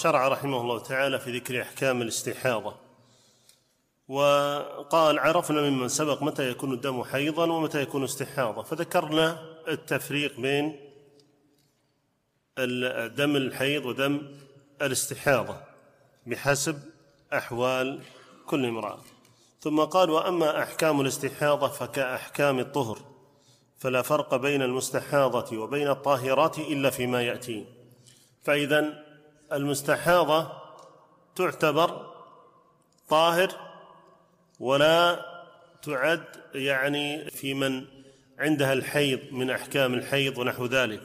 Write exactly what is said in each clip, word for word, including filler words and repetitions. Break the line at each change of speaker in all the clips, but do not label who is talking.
شرع رحمه الله تعالى في ذكر أحكام الاستحاضة، وقال عرفنا ممن سبق متى يكون الدم حيضا ومتى يكون استحاضة، فذكرنا التفريق بين دم الحيض ودم الاستحاضة بحسب أحوال كل امرأة. ثم قال وأما أحكام الاستحاضة فكأحكام الطهر، فلا فرق بين المستحاضة وبين الطاهرات إلا فيما يأتي. فإذن المستحاضة تعتبر طاهر ولا تعد يعني في من عندها الحيض من أحكام الحيض ونحو ذلك.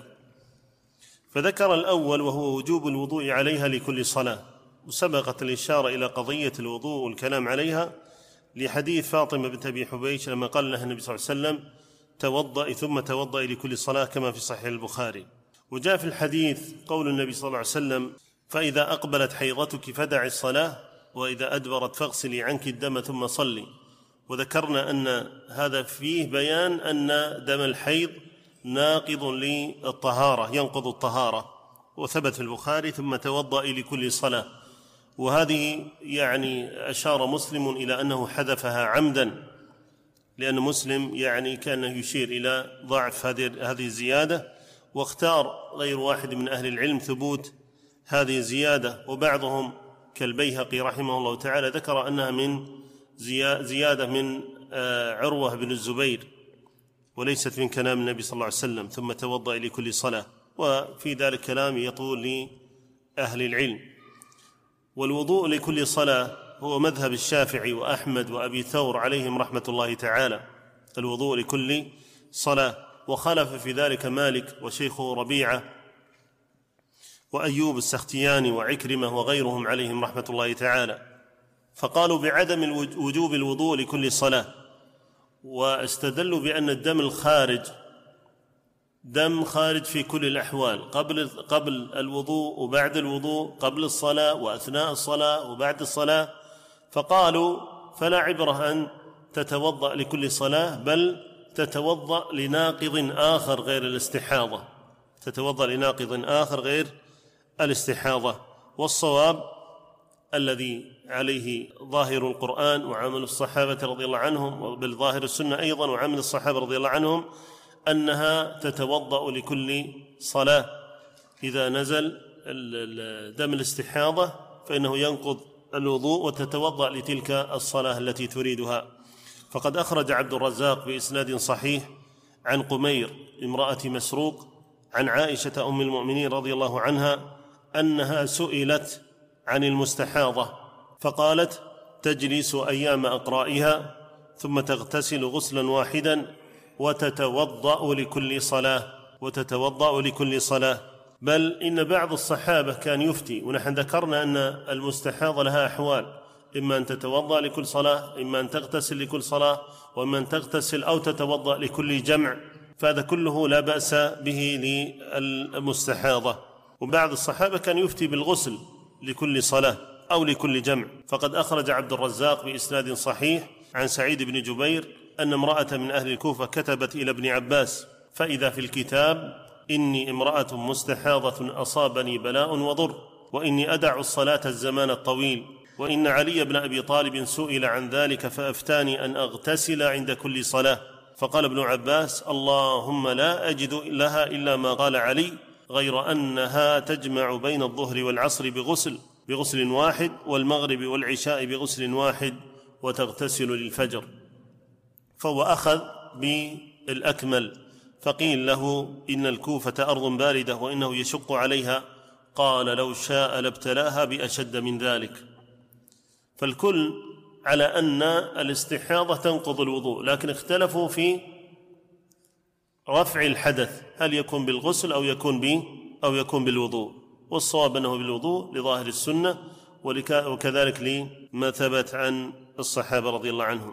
فذكر الأول وهو وجوب الوضوء عليها لكل صلاة، وسبقت الإشارة إلى قضية الوضوء والكلام عليها لحديث فاطمة بنت أبي حبيش لما قال لها النبي صلى الله عليه وسلم توضئي ثم توضئي لكل صلاة كما في صحيح البخاري. وجاء في الحديث قول النبي صلى الله عليه وسلم فإذا أقبلت حيضتك فدعي الصلاة وإذا أدبرت فاغسلي عنك الدم ثم صلي. وذكرنا أن هذا فيه بيان أن دم الحيض ناقض للطهارة ينقض الطهارة، وثبت في البخاري ثم توضئي لكل صلاة. وهذه يعني أشار مسلم إلى أنه حذفها عمدا، لأن مسلم يعني كان يشير إلى ضعف هذه الزيادة، واختار غير واحد من أهل العلم ثبوت هذه الزيادة. وبعضهم كالبيهقي رحمه الله تعالى ذكر أنها من زيادة من عروة بن الزبير وليست من كلام النبي صلى الله عليه وسلم ثم توضأ لكل صلاة، وفي ذلك كلام يطول لأهل العلم. والوضوء لكل صلاة هو مذهب الشافعي وأحمد وأبي ثور عليهم رحمة الله تعالى، الوضوء لكل صلاة. وخالف في ذلك مالك وشيخه ربيعة وأيوب السختياني وعكرمة وغيرهم عليهم رحمة الله تعالى، فقالوا بعدم وجوب الوضوء لكل صلاة، واستدلوا بأن الدم الخارج دم خارج في كل الأحوال، قبل قبل الوضوء وبعد الوضوء، قبل الصلاة وأثناء الصلاة وبعد الصلاة. فقالوا فلا عبرة أن تتوضأ لكل صلاة، بل تتوضأ لناقض آخر غير الاستحاضة، تتوضأ لناقض آخر غير الاستحاضة. والصواب الذي عليه ظاهر القرآن وعمل الصحابة رضي الله عنهم، وبل ظاهر السنة أيضا وعمل الصحابة رضي الله عنهم، أنها تتوضأ لكل صلاة. إذا نزل دم الاستحاضة فإنه ينقض الوضوء وتتوضأ لتلك الصلاة التي تريدها. فقد أخرج عبد الرزاق بإسناد صحيح عن قمير امرأة مسروق عن عائشة أم المؤمنين رضي الله عنها أنها سئلت عن المستحاضة فقالت تجلس أيام أقرائها ثم تغتسل غسلا واحدا وتتوضأ لكل صلاة وتتوضأ لكل صلاة. بل إن بعض الصحابة كان يفتي، ونحن ذكرنا أن المستحاضة لها أحوال، إما أن تتوضأ لكل صلاة، إما أن تغتسل لكل صلاة، وإما أن تغتسل أو تتوضأ لكل جمع، فهذا كله لا بأس به للمستحاضة. وبعض الصحابة كان يفتي بالغسل لكل صلاة أو لكل جمع. فقد أخرج عبد الرزاق بإسناد صحيح عن سعيد بن جبير أن امرأة من أهل الكوفة كتبت إلى ابن عباس فإذا في الكتاب إني امرأة مستحاضة أصابني بلاء وضر، وإني أدع الصلاة الزمان الطويل، وإن علي بن أبي طالب سئل عن ذلك فأفتاني أن أغتسل عند كل صلاة. فقال ابن عباس اللهم لا أجد لها إلا ما قال علي، غير أنها تجمع بين الظهر والعصر بغسل بغسل واحد، والمغرب والعشاء بغسل واحد، وتغتسل للفجر. فهو أخذ بالأكمل. فقيل له إن الكوفة أرض باردة وإنه يشق عليها، قال لو شاء لابتلاها بأشد من ذلك. فالكل على أن الاستحاضة تنقض الوضوء، لكن اختلفوا في رفع الحدث، هل يكون بالغسل أو يكون ب أو يكون بالوضوء. والصواب أنه بالوضوء لظاهر السنة، وكذلك لما ثبت عن الصحابة رضي الله عنهم.